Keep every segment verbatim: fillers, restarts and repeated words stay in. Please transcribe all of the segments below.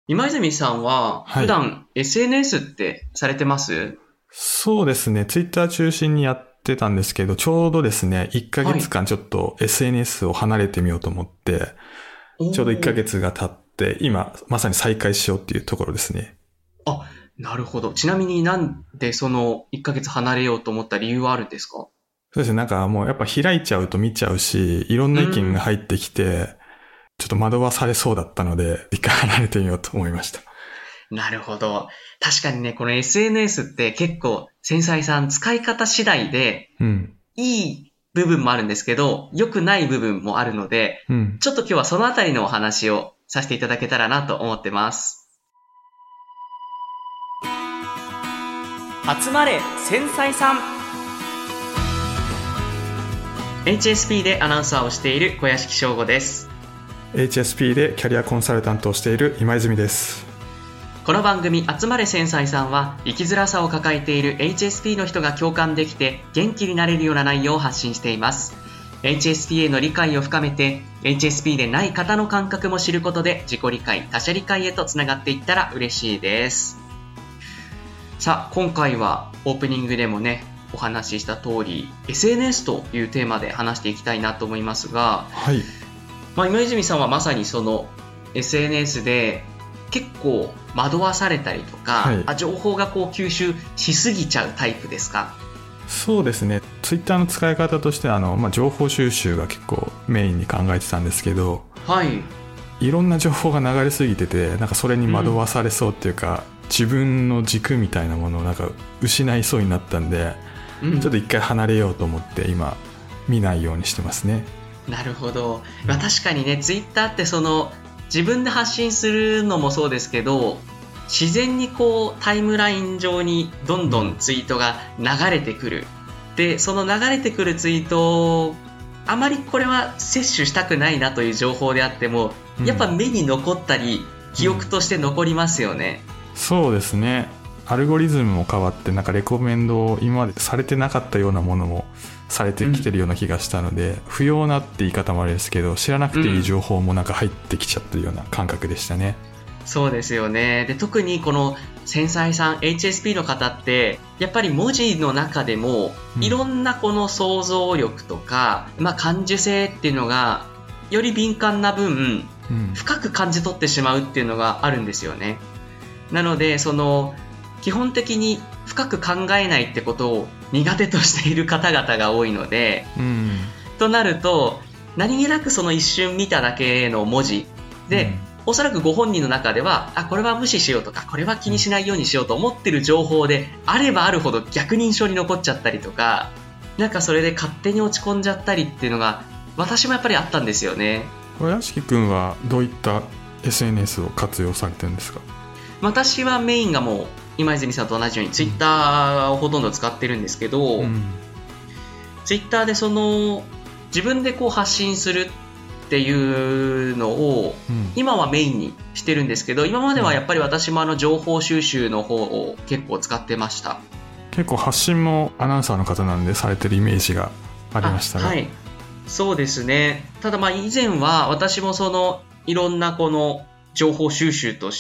今泉さんははい。 普段 エスエヌエス ってされてます？ そうですね。ツイッター中心にやってたんですけど、ちょうどですね、1ヶはい。 月間ちょっと エスエヌエス を離れてみようと思って、 おちょうど1ヶー。 月が経って、今、まさに再開しようっていうところですね。 あ、なるほど。ちなみになんでそのいっかげつ離れようと思った理由はあるんですか？ そうですね。なんかもうやっぱ開いちゃうと見ちゃうし、いろんな意見がうーん。 入ってきて、ちょっと惑わされそうだったので、一回離れてみようと思いました。 なるほど。確かにね、この エスエヌエス って結構繊細さん使い方次第でうん。 いい部分もあるんですけど、良くない部分もあるので、 うん。 ちょっと今日はそのあたりのお話をさせていただけたらなと思ってます。集まれ繊細さん。エイチエスピー でアナウンサーをしている小屋敷翔吾です。 エイチエスピー でキャリアコンサルタントをしている今泉です。 この番組集まれ繊細さんは生きづらさを抱えている エイチエスピー の人が共感できて元気になれるような内容を発信しています。エイチエスピー への理解を深めて エイチエスピー でない方の感覚も知ることで自己理解、他者理解へとつながっていったら嬉しいです。さあ、今回はオープニングでもねお話しした通り エスエヌエス というテーマで話していきたいなと思いますが、 はい。 まあ、今泉さんはまさにその エスエヌエス で結構惑わされたりとか、 はい。 あ、情報がこう吸収しすぎちゃうタイプですか？ そうですね。ツイッターの使い方としてあの、まあ、情報収集が結構メインに考えてたんですけど、 はい。 いろんな情報が流れすぎてて、なんかそれに惑うん。 わされそうっていうか、自分の軸みたいなものをなんか失いそうになったんで、 うん。 ちょっと一回離れようと思って今見ないようにしてますね。 なるほど。まあ、 うん。 確かにね、ツイッターってその自分で発信するのもそうですけど、自然にこうタイムライン上にどんどんうん。 ツイートが流れてくる。で、その流れてくるツイートをあまりこれは摂取したくないなという情報であっても、やっぱうん。 目に残ったり記憶うん。 として残りますよね。 そうですね。アルゴリズムも変わって、なんかレコメンドを今までされてなかったようなものもされてきてうん。 るような気がしたので、不要なって言い方もあれですけど、知らなくていいうん。 情報もなんか入ってきちゃってるような感覚でしたね。 そうですよね。で、特にこの繊細さん、エイチエスピー の方って、やっぱり文字の中でも、いろうん。 んなこの想像力とか、まあ感受性っていうのが、より敏感な分、 うん。 深く感じ取ってしまうっていうのがあるんですよね。なので、その、基本的に深く考えないってことを苦手としている方々が多いので、 うん。 となると、何気なくその一瞬見ただけの文字で、 うん。 おそらくご本人の中では、あ、これは無視しようとか、これは気にしないようにしようと思ってる情報であればあるほど逆に印象に残っちゃったりとか、なんかそれで勝手に落ち込んじゃったりっていうのが、私もやっぱりあったんですよね。 これ屋敷くんはどういった エスエヌエス を活用されてるんですか？ 私はメインがもう、今泉さんと同じようにツイッターをほとんど使ってるんですけど、 うん。 ツイッターでその、自分でこう発信するっていうのをうん。 今はメインにしてるんですけど、今まではやうん。 っぱり私もあの情報収集の方を結構使ってました。 結構発信もアナウンサーの方なんでされてるイメージがありまあ、 したが。 はい。そうですね。ただまあ以前は私もそのいろんなこの情報収集として、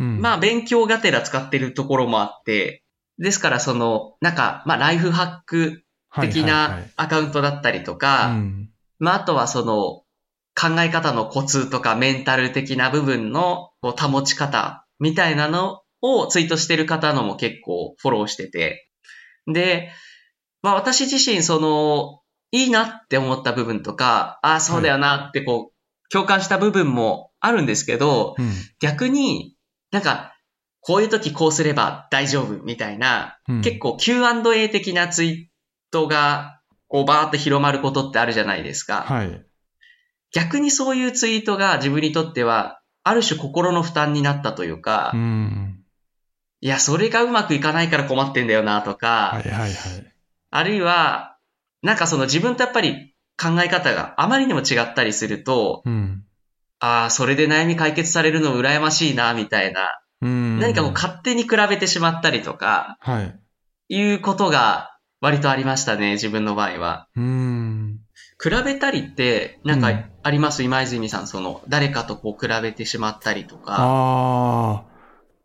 うん。 まあ勉強がてら使ってるところもあって、ですからそのなんかまあライフハックはい的はいはい。 なアカウントだったりとか、 うん。 まああとはその考え方のコツとかメンタル的な部分のこう保ち方みたいなのをツイートしてる方のも結構フォローしてて。で、まあ私自身そのいいなって思った部分とか、ああそうはい。 だよなってこう共感した部分もあるんですけど、 うん。 逆になんかこういう時こうすれば大丈夫みたいなうん。 結構 キューアンドエー 的なツイートがこうバーって広まることってあるじゃないですか。 はい。 逆にそういうツイートが自分にとっては、ある種心の負担になったといううか、 ん。 いや、それがうまくいかないから困ってんだよなとか、 はいはいはい。 あるいは、なんかその自分とやっぱり考え方があまりにも違ったりすると、 うん。 ああ、それで悩み解決されるの羨ましいな、みたいな、 う何かこうん。 勝手に比べてしまったりとか、 はい。 いうことが割とありましたね、自分の場合は。 うん。 比べたりって、なんかうん。 あります今泉さん、その、誰かとこう比べてしまったりとか。 あ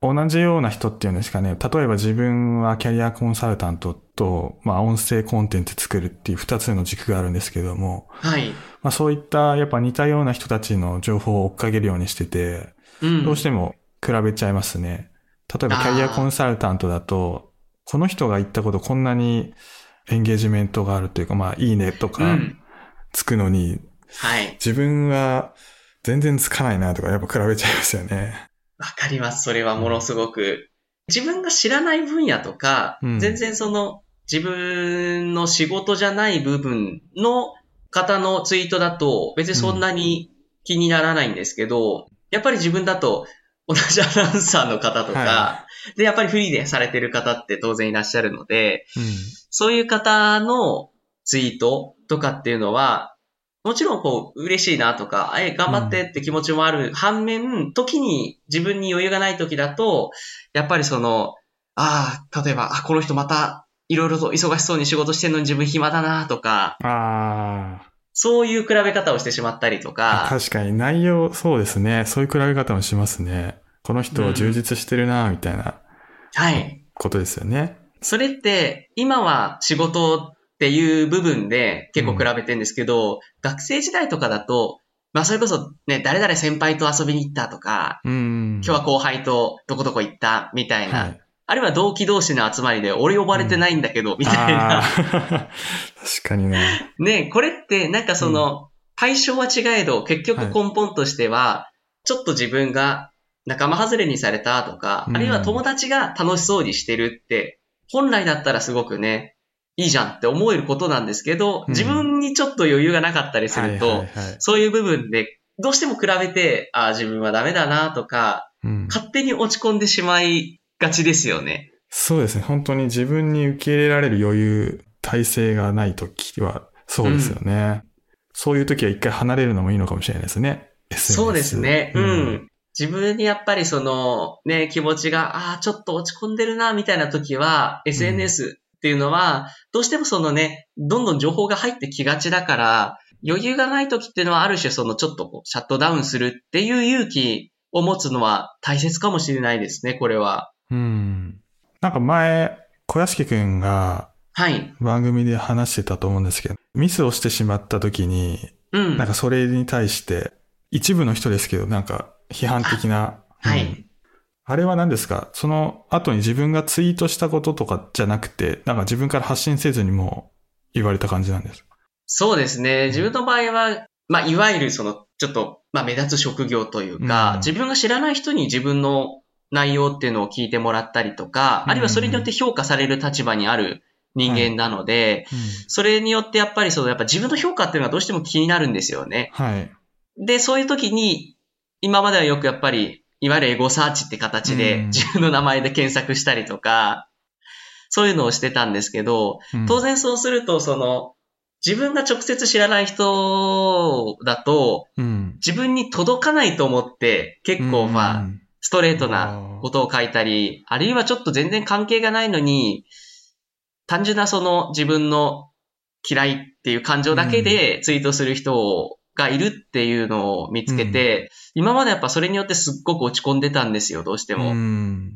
同じような人っていうんですかね。例えば自分はキャリアコンサルタントと、まあ音声コンテンツ作るっていう二つの軸があるんですけども、 はい。 まあそういったやっぱ似たような人たちの情報を追っかけるようにしてて、 うん。 どうしても比べちゃいますね。例えばキャリアコンサルタントだと、この人が言ったことこんなにエンゲージメントがあるというか、まあいいねとかつくのに、 うん、はい。 自分は全然つかないなとかやっぱ比べちゃいますよね。 わかります。それはものすごく。うん、自分が知らない分野とか、うん、全然その自分の仕事じゃない部分の方のツイートだと別にそんなに気にならないんですけど、うん、やっぱり自分だと同じアナウンサーの方とか、はい、で、やっぱりフリーでされてる方って当然いらっしゃるので、うん、そういう方のツイートとかっていうのは、もちろんこう嬉しいなとか、え、頑張ってって気持ちもある、うん、反面、時に自分に余裕がない時だと、やっぱりその、ああ、例えば、あ、この人またいろいろと忙しそうに仕事してるのに自分暇だなとか、 ああ。 そういう比べ方をしてしまったりとか。 確かに内容、そうですね。そういう比べ方もしますね。この人充実してるなみたいな、うん。はい。ことですよね。 それって、今は仕事っていう部分で結構比べてるんですけど、うん、学生時代とかだと、まあそれこそね、誰々先輩と遊びに行ったとか、うん、今日は後輩とどこどこ行ったみたいな、はい、あるいは同期同士の集まりで俺呼ばれてないんだけど、うん、みたいな。 確かにね。 ね、これってなんかその、対象は違えど、結局根本としては、ちょっと自分が仲間外れにされたとか、うん、あるいは友達が楽しそうにしてるって、本来だったらすごくね、いいじゃんって思えることなんですけど、自分にちょっと余裕がなかったりすると、うんはいはいはい、そういう部分でどうしても比べて、ああ、自分はダメだなとか、うん、勝手に落ち込んでしまいがちですよね。 そうですね。本当に自分に受け入れられる余裕、体制がないときは、そうですよね、うん。そういうときは一回離れるのもいいのかもしれないですね。エスエヌエス、 そうですね。うん。うん、自分にやっぱりその、ね、気持ちが、ああ、ちょっと落ち込んでるな、みたいなときは、エスエヌエス、うんっていうのは、どうしてもそのね、どんどん情報が入ってきがちだから、余裕がない時っていうのはある種そのちょっとこうシャットダウンするっていう勇気を持つのは大切かもしれないですね、これは。 うん。なんか前、小屋敷くんが、はい。番組で話してたと思うんですけど、ミスをしてしまった時に、うん。なんかそれに対して、一部の人ですけど、なんか批判的な、 はい。 うんあれは何ですか？その後に自分がツイートしたこととかじゃなくて、なんか自分から発信せずにも言われた感じなんですか？ そうですね。自分の場合は、まあ、いわゆるその、ちょっと、まあ、目立つ職業というか、うん、自分が知らない人に自分の内容っていうのを聞いてもらったりとか、うん、あるいはそれによって評価される立場にある人間なので、はいうん、それによってやっぱりその、やっぱ自分の評価っていうのはどうしても気になるんですよね。 はい。 で、そういう時に、今まではよくやっぱり、いわゆるエゴサーチって形で自分の名前で検索したりとか、そういうのをしてたんですけど、当然そうすると、その、自分が直接知らない人だと、自分に届かないと思って、結構まあ、ストレートなことを書いたり、あるいはちょっと全然関係がないのに、単純なその自分の嫌いっていう感情だけでツイートする人を、がいるっていうのを見つけて、うん、今までやっぱそれによってすっごく落ち込んでたんですよ、どうしても。うん、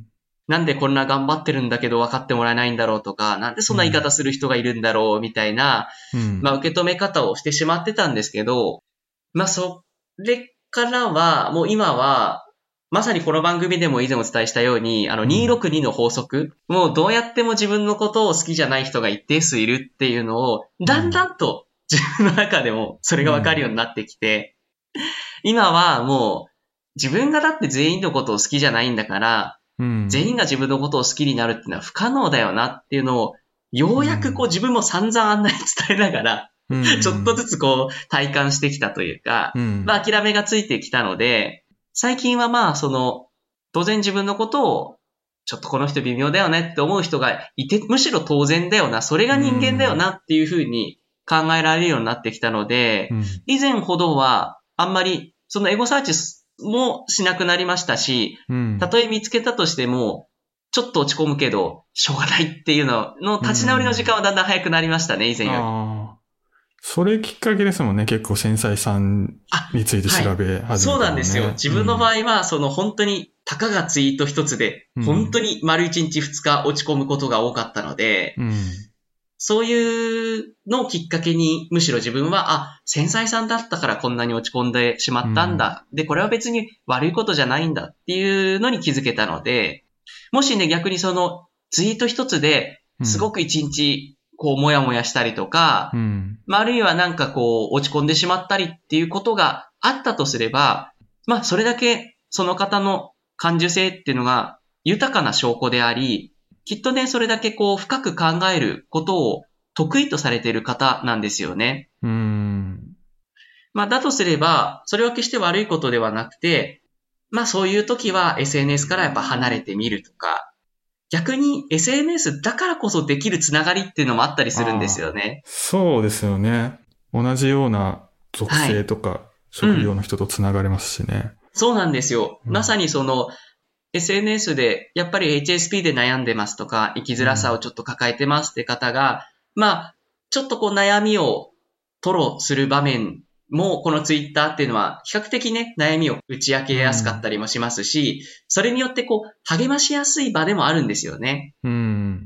なんでこんな頑張ってるんだけど分かってもらえないんだろうとか、なんでそんな言い方する人がいるんだろうみたいな、うん、まあ受け止め方をしてしまってたんですけど、まあそれからは、もう今は、まさにこの番組でも以前お伝えしたように、あのにひゃくろくじゅうにの法則、うん、もうどうやっても自分のことを好きじゃない人が一定数いるっていうのを、だんだんと、自分の中でもそれがわかるようになってきて、うん、今はもう自分がだって全員のことを好きじゃないんだから、うん、全員が自分のことを好きになるっていうのは不可能だよなっていうのを、ようやくこう自分も散々あんなに伝えながら、うん、ちょっとずつこう体感してきたというか、うん、まあ諦めがついてきたので、最近はまあその、当然自分のことをちょっとこの人微妙だよねって思う人がいて、むしろ当然だよな、それが人間だよなっていうふうに考えられるようになってきたので、うん、以前ほどはあんまりそのエゴサーチもしなくなりましたし、うん、たとえ見つけたとしても、ちょっと落ち込むけど、しょうがないっていうのの立ち直りの時間はだんだん早くなりましたね、以前より。 あそれきっかけですもんね、結構繊細さんについて調べ始めた、ね、 はい、そうなんですよ。自分の場合は、その本当にたかがツイート一つで、本当に丸一日二日落ち込むことが多かったので、うん、そういうのをきっかけに、むしろ自分は、あ、繊細さんだったからこんなに落ち込んでしまったんだ。うん、で、これは別に悪いことじゃないんだっていうのに気づけたので、もしね、逆にそのツイート一つですごく一日、こう、もやもやしたりとか、うん、まあ、あるいはなんかこう、落ち込んでしまったりっていうことがあったとすれば、まあ、それだけその方の感受性っていうのが豊かな証拠であり、きっとね、それだけこう、深く考えることを得意とされている方なんですよね。うーん。まあ、だとすれば、それは決して悪いことではなくて、まあ、そういう時は エスエヌエス からやっぱ離れてみるとか、逆に エスエヌエス だからこそできるつながりっていうのもあったりするんですよね。 そうですよね。同じような属性とか、はい、職業の人とつながれますしね、うん。 そうなんですよ。まさにその、エスエヌエス でやっぱり エイチエスピー で悩んでますとか、生きづらさをちょっと抱えてますって方が、うん、まあ、ちょっとこう悩みを吐露する場面も、このツイッターっていうのは比較的ね、悩みを打ち明けやすかったりもしますし、うん、それによってこう、励ましやすい場でもあるんですよね。うん。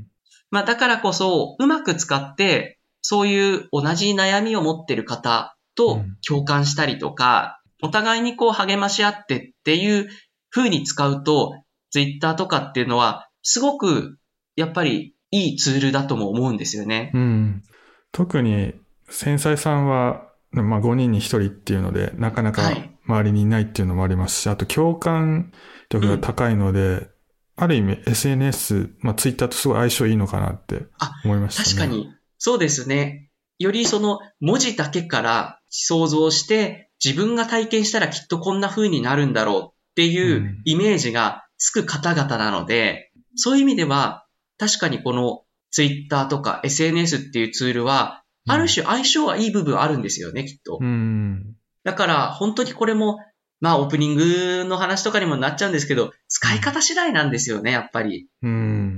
まあだからこそ、うまく使って、そういう同じ悩みを持ってる方と共感したりとか、うん、お互いにこう励まし合ってっていう風に使うと、ツイッターとかっていうのは、すごく、やっぱりいいツールだとも思うんですよね。 うん。特に、繊細さんは、まあごにんにひとりっていうので、なかなか周りにいないっていうのもありますし、はい、あと共感力が高いので、うん、ある意味 エスエヌエス、まあツイッターとすごい相性いいのかなって思いましたね。 確かに、そうですね。よりその文字だけから想像して、自分が体験したらきっとこんな風になるんだろうっていうイメージがつく方々なので、うん、そういう意味では、確かにこのツイッターとか エスエヌエス っていうツールは、ある種相性はいい部分あるんですよね、きっと。うん、だから本当にこれも、まあオープニングの話とかにもなっちゃうんですけど、使い方次第なんですよね、やっぱり。うん、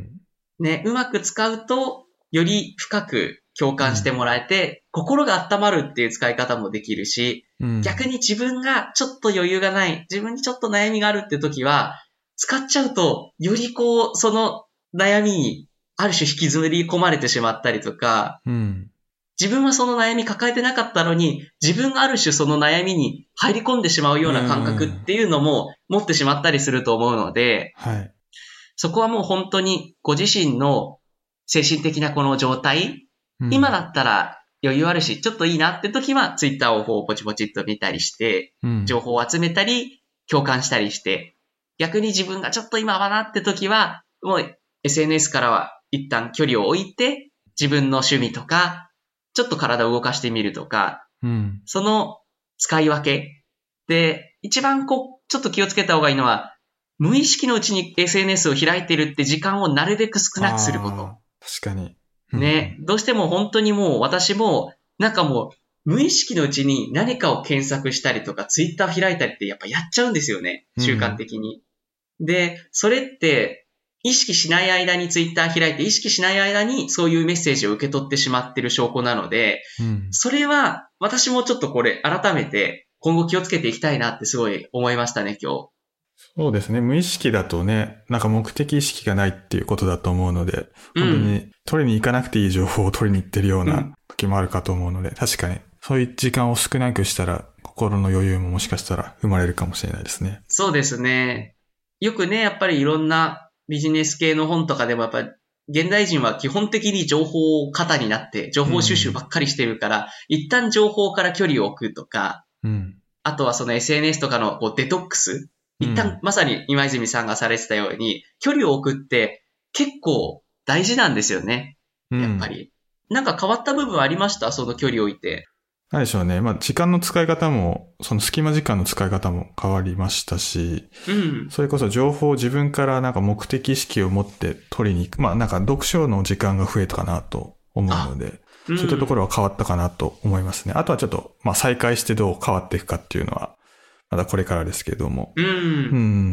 ね、うまく使うと、より深く共感してもらえて、うん、心が温まるっていう使い方もできるし、うん、逆に自分がちょっと余裕がない、自分にちょっと悩みがあるって時は、使っちゃうと、よりこう、その悩みにある種引きずり込まれてしまったりとか、うん自分はその悩み抱えてなかったのに、自分がある種その悩みに入り込んでしまうような感覚っていうのも持ってしまったりすると思うので、はい、そこはもう本当にご自身の精神的なこの状態、うん、今だったら余裕あるし、ちょっといいなって時はツイッターをこうポチポチっと見たりして、うん、情報を集めたり、共感したりして、逆に自分がちょっと今はなって時は、もう エスエヌエス からは一旦距離を置いて、自分の趣味とか、ちょっと体を動かしてみるとか、うん、その使い分けで、一番こう、ちょっと気をつけた方がいいのは、無意識のうちに エスエヌエス を開いてるって時間をなるべく少なくすること。 確かに。 ね、どうしても本当にもう私も、なんかもう、無意識のうちに何かを検索したりとか、ツイッター開いたりってやっぱやっちゃうんですよね、習慣的に。うん、で、それって、意識しない間にツイッター開いて、意識しない間にそういうメッセージを受け取ってしまっている証拠なので、うん、それは私もちょっとこれ改めて今後気をつけていきたいなってすごい思いましたね、今日。 そうですね。無意識だとね、なんか目的意識がないっていうことだと思うので、本当に取りに行かなくていい情報を取りに行ってるような時もあるかと思うので、うん、確かにそういう時間を少なくしたら心の余裕ももしかしたら生まれるかもしれないですね。 そうですね。よくね、やっぱりいろんなビジネス系の本とかでもやっぱり現代人は基本的に情報過多になって情報収集ばっかりしてるから、うん、一旦情報から距離を置くとか、うん、あとはその エスエヌエス とかのこうデトックス、一旦まさに今泉さんがされてたように距離を置くって結構大事なんですよね。やっぱり。うん、なんか変わった部分ありました？その距離を置いて。 何でしょうね。まあ、時間の使い方も、その隙間時間の使い方も変わりましたし、うん、それこそ情報を自分からなんか目的意識を持って取りに行く。まあ、なんか読書の時間が増えたかなと思うので、うん、そういったところは変わったかなと思いますね。あとはちょっと、まあ、再開してどう変わっていくかっていうのは、まだこれからですけれども。うん。うん、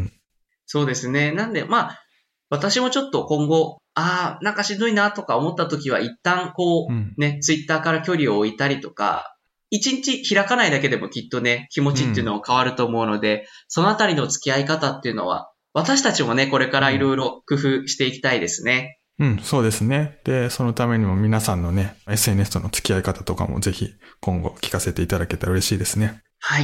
そうですね。なんで、まあ、私もちょっと今後、ああ、なんかしんどいなとか思った時は一旦こう、うん、ね、ツイッターから距離を置いたりとか、一日開かないだけでもきっとね、気持ちっていうのは変わると思うので、うん、そのあたりの付き合い方っていうのは、 私たちもね、これからいろいろ工夫していきたいですね。 うん、そうですね。で、そのためにも皆さんのね、エスエヌエス との付き合い方とかもぜひ今後聞かせていただけたら嬉しいですね。 はい。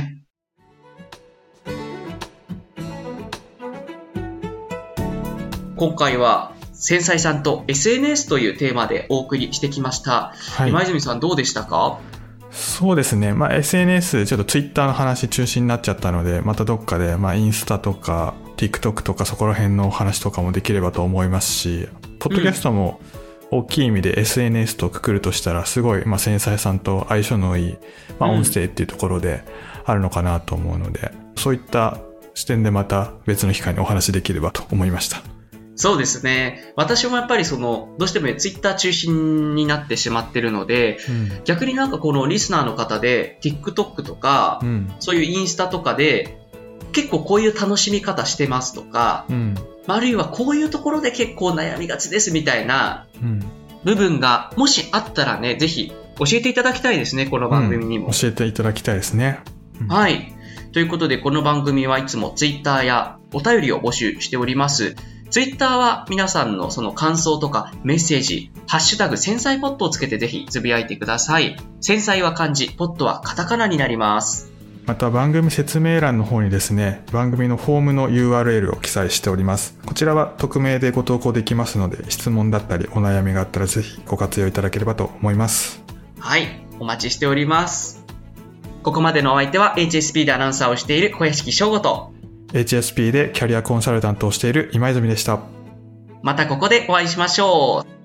今回は繊細さんと エスエヌエス というテーマでお送りしてきました。はい、今泉さんどうでしたか？ そうですね。まあ エスエヌエス、ちょっと Twitter の話中心になっちゃったので、またどっかで、まあインスタとか TikTok とかそこら辺のお話とかもできればと思いますし、ポッドキャストも大きい意味で エスエヌエス とくくるとしたら、すごい、まあ繊細さんと相性のいい、まあ音声っていうところであるのかなと思うので、うん、そういった視点でまた別の機会にお話できればと思いました。 そうですね。私もやっぱりその、どうしてもツイッター中心になってしまってるので、うん、逆になんかこのリスナーの方で TikTok とか、うん、そういうインスタとかで、結構こういう楽しみ方してますとか、うん、あるいはこういうところで結構悩みがちですみたいな部分がもしあったらね、ぜひ教えていただきたいですね、この番組にも。 うん、教えていただきたいですね。 うん、はい。ということで、この番組はいつもツイッターやお便りを募集しております。ツイッターは皆さんのその感想とかメッセージ、ハッシュタグ繊細ポットをつけてぜひつぶやいてください。繊細は漢字、ポットはカタカナになります。 また番組説明欄の方にですね、番組のフォームの ユーアールエル を記載しております。こちらは匿名でご投稿できますので、質問だったりお悩みがあったらぜひご活用いただければと思います。 はい、お待ちしております。ここまでのお相手は エイチエスピー でアナウンサーをしている小屋敷翔吾と、 エイチエスピー でキャリアコンサルタントをしている今泉でした。 またここでお会いしましょう。